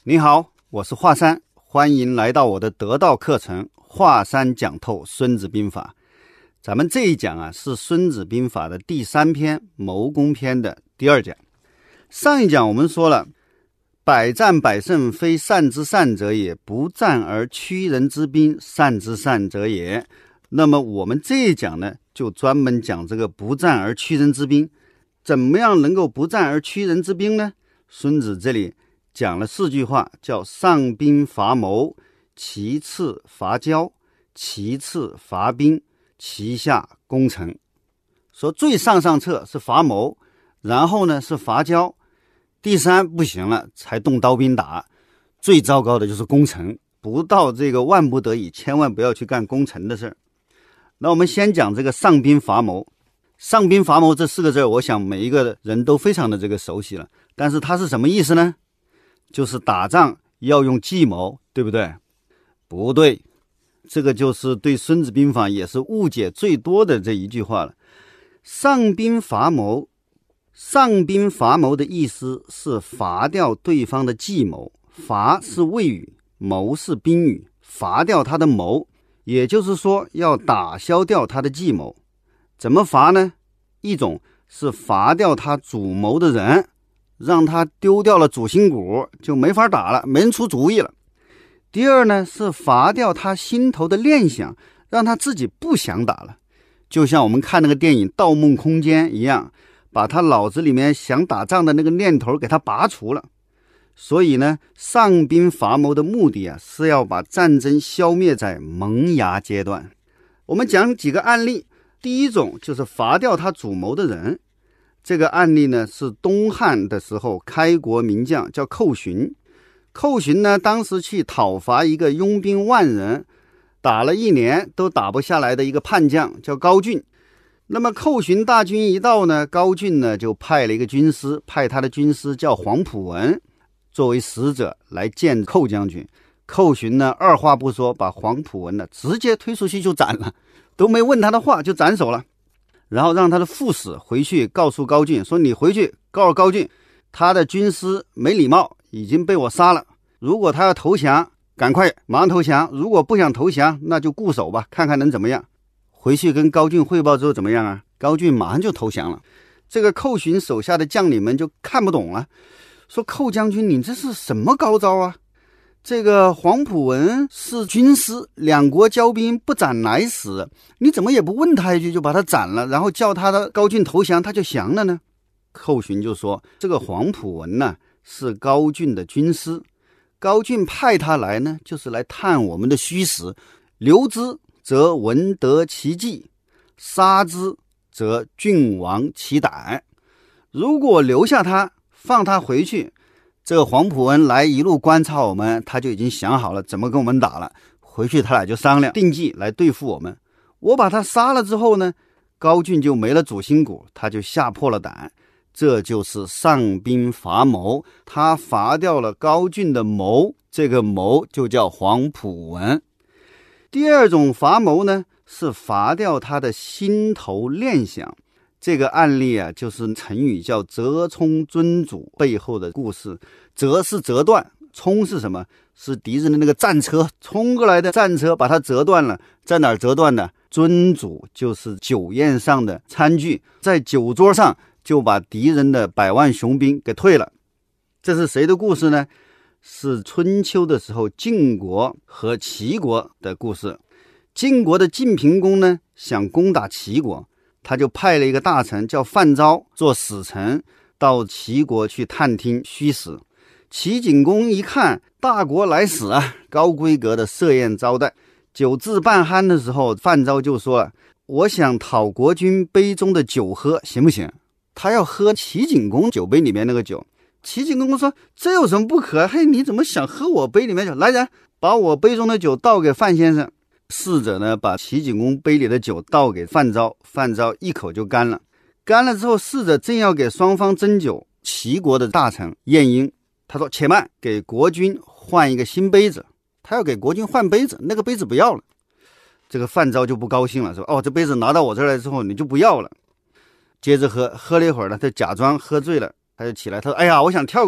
你好，我是华山，欢迎来到我的得道课程华山讲透孙子兵法。咱们这一讲啊，是孙子兵法的第3篇谋攻篇的第2讲。上一讲我们说了，百战百胜非善之善者也，不战而屈人之兵善之善者也。那么我们这一讲呢，就专门讲这个不战而屈人之兵。怎么样能够不战而屈人之兵呢？孙子这里讲了4句话，叫上兵伐谋，其次伐交，其次伐兵，其下攻城。说最上策是伐谋，然后呢是伐交，第3不行了才动刀兵打，最糟糕的就是攻城。不到这个万不得已，千万不要去干攻城的事儿。那我们先讲这个上兵伐谋。上兵伐谋这4个字，我想每一个人都非常的这个熟悉了，但是它是什么意思呢？就是打仗要用计谋，对不对？不对，这个就是对孙子兵法也是误解最多的这一句话了。上兵伐谋，上兵伐谋的意思是伐掉对方的计谋，伐是谓语，谋是宾语，伐掉他的谋，也就是说要打消掉他的计谋。怎么伐呢？一种是伐掉他主谋的人，让他丢掉了主心骨，就没法打了，没人出主意了。第2呢，是伐掉他心头的念想，让他自己不想打了。就像我们看那个电影《盗梦空间》一样，把他脑子里面想打仗的那个念头给他拔除了。所以呢，上兵伐谋的目的啊，是要把战争消灭在萌芽阶段。我们讲几个案例。第一种就是伐掉他主谋的人，这个案例呢是东汉的时候开国名将叫寇恂。寇恂呢当时去讨伐一个拥兵10000人，打了1年都打不下来的一个叛将叫高峻。那么寇恂大军一到呢，高峻呢就派了一个军师，派他的军师叫黄埔文作为使者来见寇将军。寇恂呢二话不说，把黄埔文呢直接推出去就斩了，都没问他的话就斩首了。然后让他的副使回去告诉高峻，说你回去告诉高峻，他的军师没礼貌，已经被我杀了，如果他要投降，赶快马上投降，如果不想投降，那就固守吧，看看能怎么样。回去跟高峻汇报之后怎么样啊？高峻马上就投降了。这个寇恂手下的将领们就看不懂了，说寇将军你这是什么高招啊？这个黄埔文是军师，两国交兵不斩来使，你怎么也不问他一句就把他斩了，然后叫他的高峻投降，他就降了呢？寇恂就说，这个黄埔文呢是高峻的军师，高峻派他来呢就是来探我们的虚实，留之则闻得其计，杀之则郡亡其胆。如果留下他放他回去，这个黄埔文来一路观察我们，他就已经想好了怎么跟我们打了，回去他俩就商量定计来对付我们。我把他杀了之后呢，高峻就没了主心骨，他就吓破了胆。这就是上兵伐谋，他伐掉了高峻的谋，这个谋就叫黄埔文。第2种伐谋呢，是伐掉他的心头念想。这个案例啊，就是成语叫折冲尊主背后的故事。折是折断，冲是什么？是敌人的那个战车，冲过来的战车把它折断了。在哪儿折断的？尊主就是酒宴上的餐具，在酒桌上就把敌人的100万雄兵给退了。这是谁的故事呢？是春秋的时候晋国和齐国的故事。晋国的晋平公呢想攻打齐国，他就派了一个大臣叫范昭做使臣到齐国去探听虚实。齐景公一看大国来使啊，高规格的设宴招待，酒至半酣的时候，范昭就说了，我想讨国君杯中的酒喝，行不行？他要喝齐景公酒杯里面那个酒。齐景公说，这有什么不可？嘿，你怎么想喝我杯里面酒？来人，把我杯中的酒倒给范先生。侍者呢把齐景公杯里的酒倒给范昭，范昭一口就干了。干了之后，侍者正要给双方斟酒，齐国的大臣晏婴他说，且慢，给国君换一个新杯子。他要给国君换杯子，那个杯子不要了。这个范昭就不高兴了，说，这杯子拿到我这儿来之后你就不要了。接着喝了一会儿呢，他假装喝醉了，他就起来，他说，哎呀，我想跳个舞。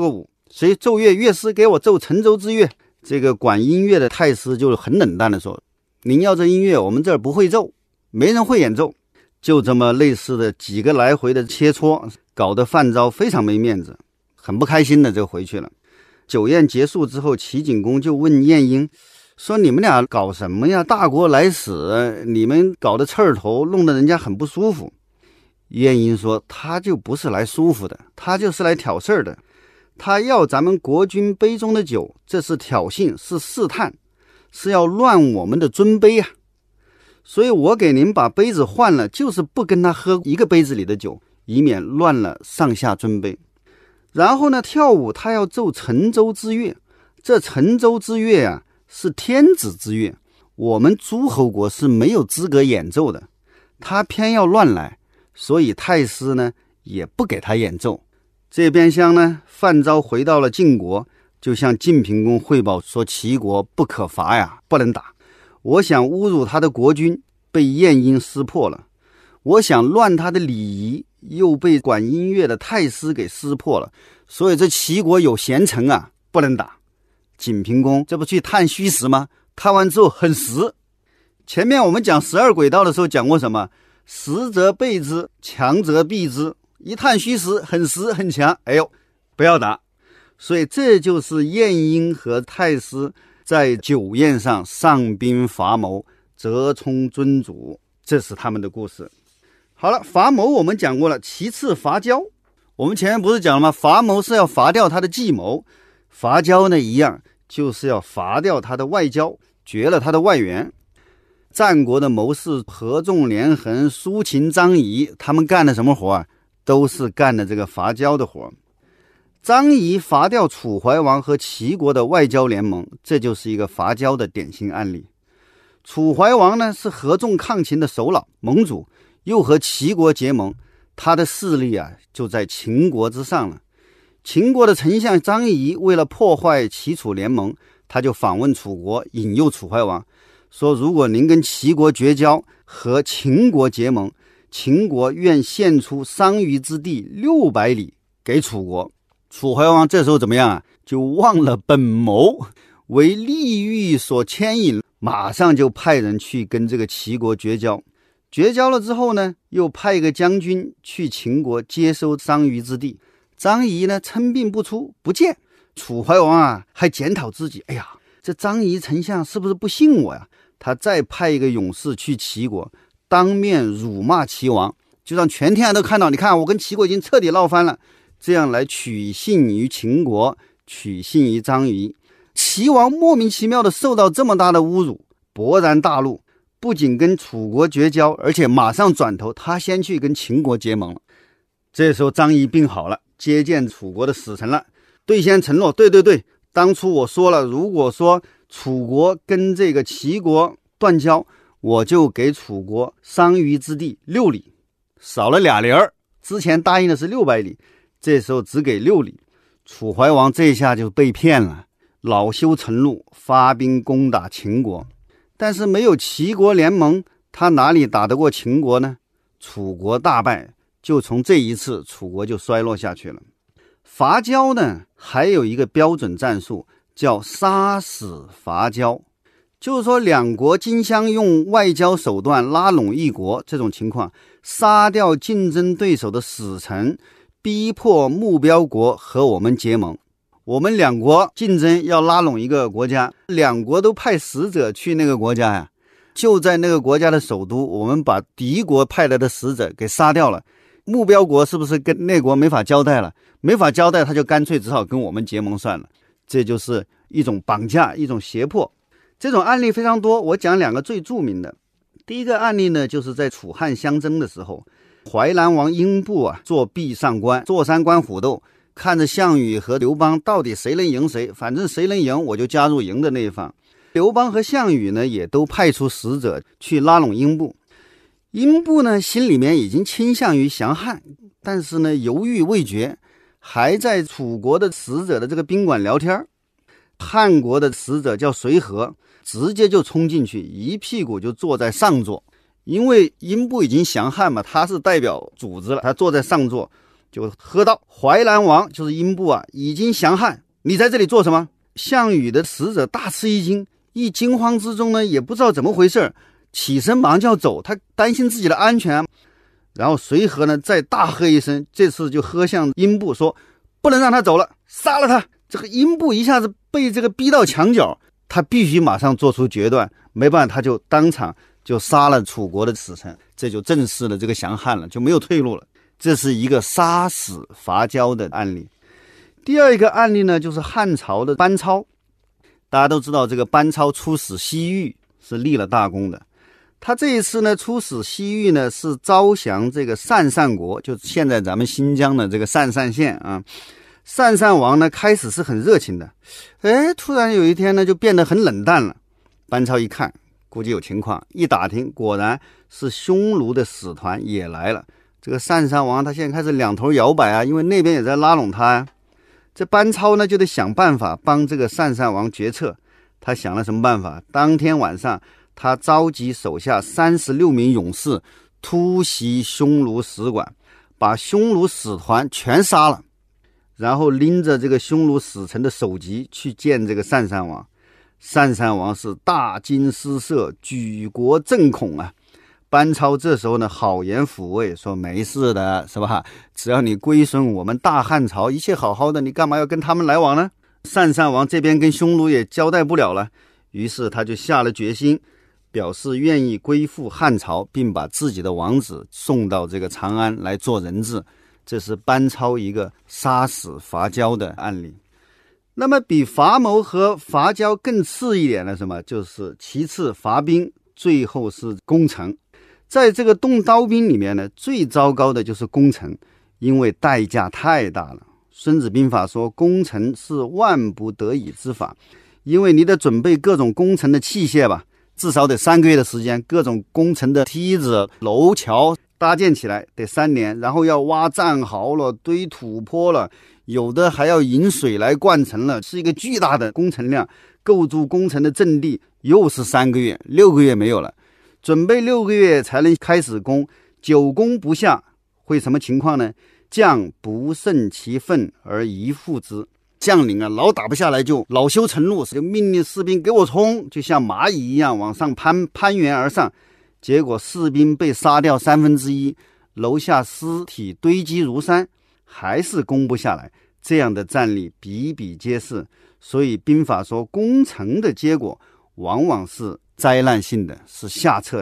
谁奏乐？乐师给我奏沉舟之乐。这个管音乐的太师就很冷淡的说，您要这音乐我们这儿不会奏，没人会演奏。就这么类似的几个来回的切磋，搞得范昭非常没面子，很不开心的就回去了。酒宴结束之后，齐景公就问晏婴说，你们俩搞什么呀？大国来使，你们搞得刺儿头，弄得人家很不舒服。晏婴说，他就不是来舒服的，他就是来挑事儿的。他要咱们国君杯中的酒，这是挑衅，是试探，是要乱我们的尊杯啊。所以我给您把杯子换了，就是不跟他喝一个杯子里的酒，以免乱了上下尊杯。然后呢，跳舞他要奏沉舟之乐，这沉舟之乐啊，是天子之乐，我们诸侯国是没有资格演奏的，他偏要乱来，所以太师呢也不给他演奏。这边厢呢，范昭回到了晋国，就向晋平公汇报说，齐国不可伐呀，不能打。我想侮辱他的国君，被晏婴识破了；我想乱他的礼仪，又被管音乐的太师给识破了。所以这齐国有贤臣啊，不能打。晋平公这不去探虚实吗？探完之后很实。前面我们讲12轨道的时候讲过什么？实则备之，强则避之。一探虚实，很实很强，哎呦，不要打。所以这就是晏婴和太师在酒宴上上宾伐谋，折冲尊主，这是他们的故事。好了，伐谋我们讲过了，其次伐交。我们前面不是讲了吗？伐谋是要伐掉他的计谋，伐交呢一样，就是要伐掉他的外交，绝了他的外援。战国的谋士合纵连横、苏秦、张仪，他们干的什么活啊？都是干的这个伐交的活。张仪伐掉楚怀王和齐国的外交联盟，这就是一个伐交的典型案例。楚怀王呢是合纵抗秦的首脑盟主，又和齐国结盟，他的势力啊就在秦国之上了。秦国的丞相张仪为了破坏齐楚联盟，他就访问楚国，引诱楚怀王说，如果您跟齐国绝交，和秦国结盟，秦国愿献出桑榆之地600里给楚国。楚怀王这时候怎么样啊？就忘了本谋，为利欲所牵引，马上就派人去跟这个齐国绝交。绝交了之后呢，又派一个将军去秦国接收桑榆之地。张仪呢称病不出，不见。楚怀王啊还检讨自己，哎呀，这张仪丞相是不是不信我呀？他再派一个勇士去齐国，当面辱骂齐王，就让全天下都看到，你看我跟齐国已经彻底闹翻了，这样来取信于秦国，取信于张仪。齐王莫名其妙的受到这么大的侮辱，勃然大怒，不仅跟楚国绝交，而且马上转头，他先去跟秦国结盟了。这时候张仪病好了，接见楚国的使臣了，兑现承诺，对，当初我说了，如果说楚国跟这个齐国断交，我就给楚国桑榆之地6里，少了2里儿，之前答应的是600里，这时候只给6里。楚怀王这下就被骗了，恼羞成怒，发兵攻打秦国。但是没有齐国联盟，他哪里打得过秦国呢？楚国大败，就从这一次楚国就衰落下去了。伐交呢还有一个标准战术，叫杀死伐交，就是说两国竞相用外交手段拉拢一国，这种情况杀掉竞争对手的使臣，逼迫目标国和我们结盟。我们两国竞争要拉拢一个国家，两国都派使者去那个国家呀，就在那个国家的首都，我们把敌国派来的使者给杀掉了，目标国是不是跟那国没法交代了？没法交代，他就干脆只好跟我们结盟算了。这就是一种绑架，一种胁迫。这种案例非常多，我讲2个最著名的。第一个案例呢，就是在楚汉相争的时候，淮南王英布啊做壁上观，坐山观虎斗，看着项羽和刘邦到底谁能赢谁，反正谁能赢我就加入赢的那一方。刘邦和项羽呢也都派出使者去拉拢英布。英布呢心里面已经倾向于降汉，但是呢犹豫未决，还在楚国的使者的这个宾馆聊天。汉国的使者叫随和，直接就冲进去，一屁股就坐在上座。因为英布已经降汉嘛，他是代表组织了，他坐在上座， 就喝道：淮南王就是英布啊，已经降汉，你在这里做什么？项羽的使者大吃一惊，一惊慌之中呢，也不知道怎么回事，起身忙就要走，他担心自己的安全。然后随和呢再大喝一声，这次就喝向英布说：不能让他走了，杀了他。这个英布一下子被这个逼到墙角，他必须马上做出决断，没办法，他就当场就杀了楚国的使臣，这就正式的这个降汉了，就没有退路了。这是一个杀死伐交的案例。第二个案例呢，就是汉朝的班超。大家都知道，这个班超出使西域是立了大功的。他这一次呢，出使西域呢，是招降这个鄯善国，就现在咱们新疆的这个鄯善县啊。鄯善王呢，开始是很热情的，突然有一天呢，就变得很冷淡了。班超一看，估计有情况，一打听，果然是匈奴的使团也来了。这个鄯善王他现在开始两头摇摆啊，因为那边也在拉拢他啊。这班超呢，就得想办法帮这个鄯善王决策。他想了什么办法？当天晚上，他召集手下36名勇士突袭匈奴使馆，把匈奴使团全杀了，然后拎着这个匈奴使臣的首级去见这个鄯善王。鄯善王是大惊失色，举国震恐啊。班超这时候呢，好言抚慰，说没事的，是吧？只要你归顺我们大汉朝，一切好好的，你干嘛要跟他们来往呢？鄯善王这边跟匈奴也交代不了了，于是他就下了决心，表示愿意归附汉朝，并把自己的王子送到这个长安来做人质。这是班超一个杀死伐交的案例。那么比伐谋和伐交更次一点的什么？就是其次伐兵，最后是攻城。在这个动刀兵里面呢，最糟糕的就是攻城，因为代价太大了。孙子兵法说，攻城是万不得已之法，因为你得准备各种攻城的器械吧，至少得3个月的时间，各种攻城的梯子、楼桥搭建起来得3年，然后要挖战壕了，堆土坡了，有的还要引水来灌城了，是一个巨大的工程量。构筑攻城的阵地又是3个月，6个月没有了。准备6个月才能开始攻，久攻不下，会什么情况呢？将不胜其愤而疑复之。将领啊，老打不下来就恼羞成怒，就命令士兵给我冲，就像蚂蚁一样往上攀援而上。结果士兵被杀掉1/3，楼下尸体堆积如山，还是攻不下来。这样的战例比比皆是。所以兵法说，攻城的结果往往是灾难性的，是下策。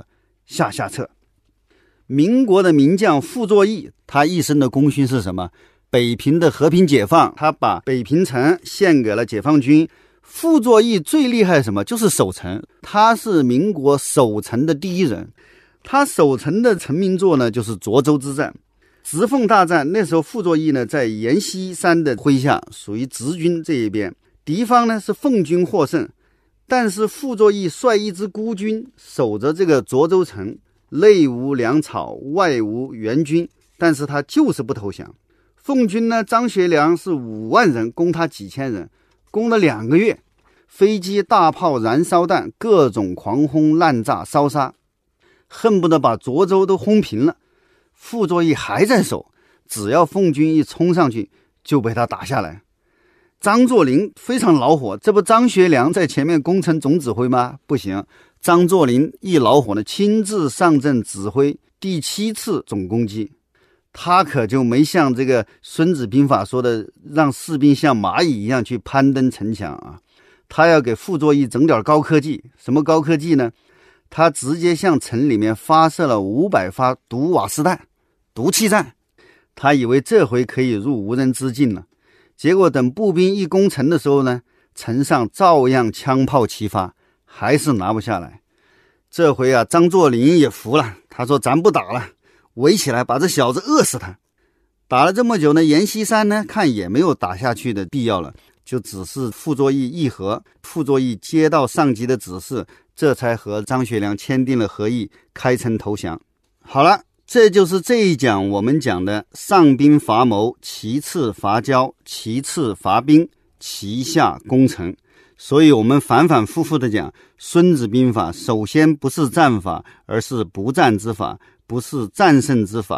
民国的名将傅作义，他一生的功勋是什么？北平的和平解放，他把北平城献给了解放军。傅作义最厉害什么？就是守城，他是民国守城的第一人。他守城的成名作呢，就是涿州之战。直奉大战，那时候傅作义呢在阎锡山的麾下，属于直军这一边，敌方呢是奉军获胜。但是傅作义率一支孤军守着这个涿州城，内无粮草，外无援军，但是他就是不投降。奉军呢，张学良是5万人攻他几千人，攻了2个月，飞机、大炮、燃烧弹，各种狂轰滥炸烧杀，恨不得把涿州都轰平了。傅作义还在守，只要奉军一冲上去，就被他打下来。张作霖非常恼火，这不张学良在前面攻城总指挥吗？不行，张作霖一恼火呢，亲自上阵指挥第7次总攻击。他可就没像这个孙子兵法说的，让士兵像蚂蚁一样去攀登城墙啊。他要给傅作义整点高科技。什么高科技呢？他直接向城里面发射了500发毒瓦斯弹、毒气弹。他以为这回可以入无人之境了，结果等步兵一攻城的时候呢，城上照样枪炮齐发，还是拿不下来。这回啊，张作霖也服了，他说咱不打了，围起来把这小子饿死他。打了这么久呢，阎锡山呢看也没有打下去的必要了，就指示傅作义议和。傅作义接到上级的指示，这才和张学良签订了和议，开城投降。好了，这就是这一讲我们讲的上兵伐谋，其次伐交，其次伐兵，其下攻城。所以我们反反复复的讲，孙子兵法首先不是战法，而是不战之法，不是战胜之法，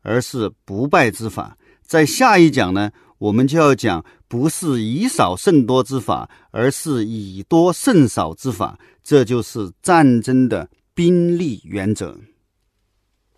而是不败之法。在下一讲呢，我们就要讲不是以少胜多之法，而是以多胜少之法，这就是战争的兵力原则。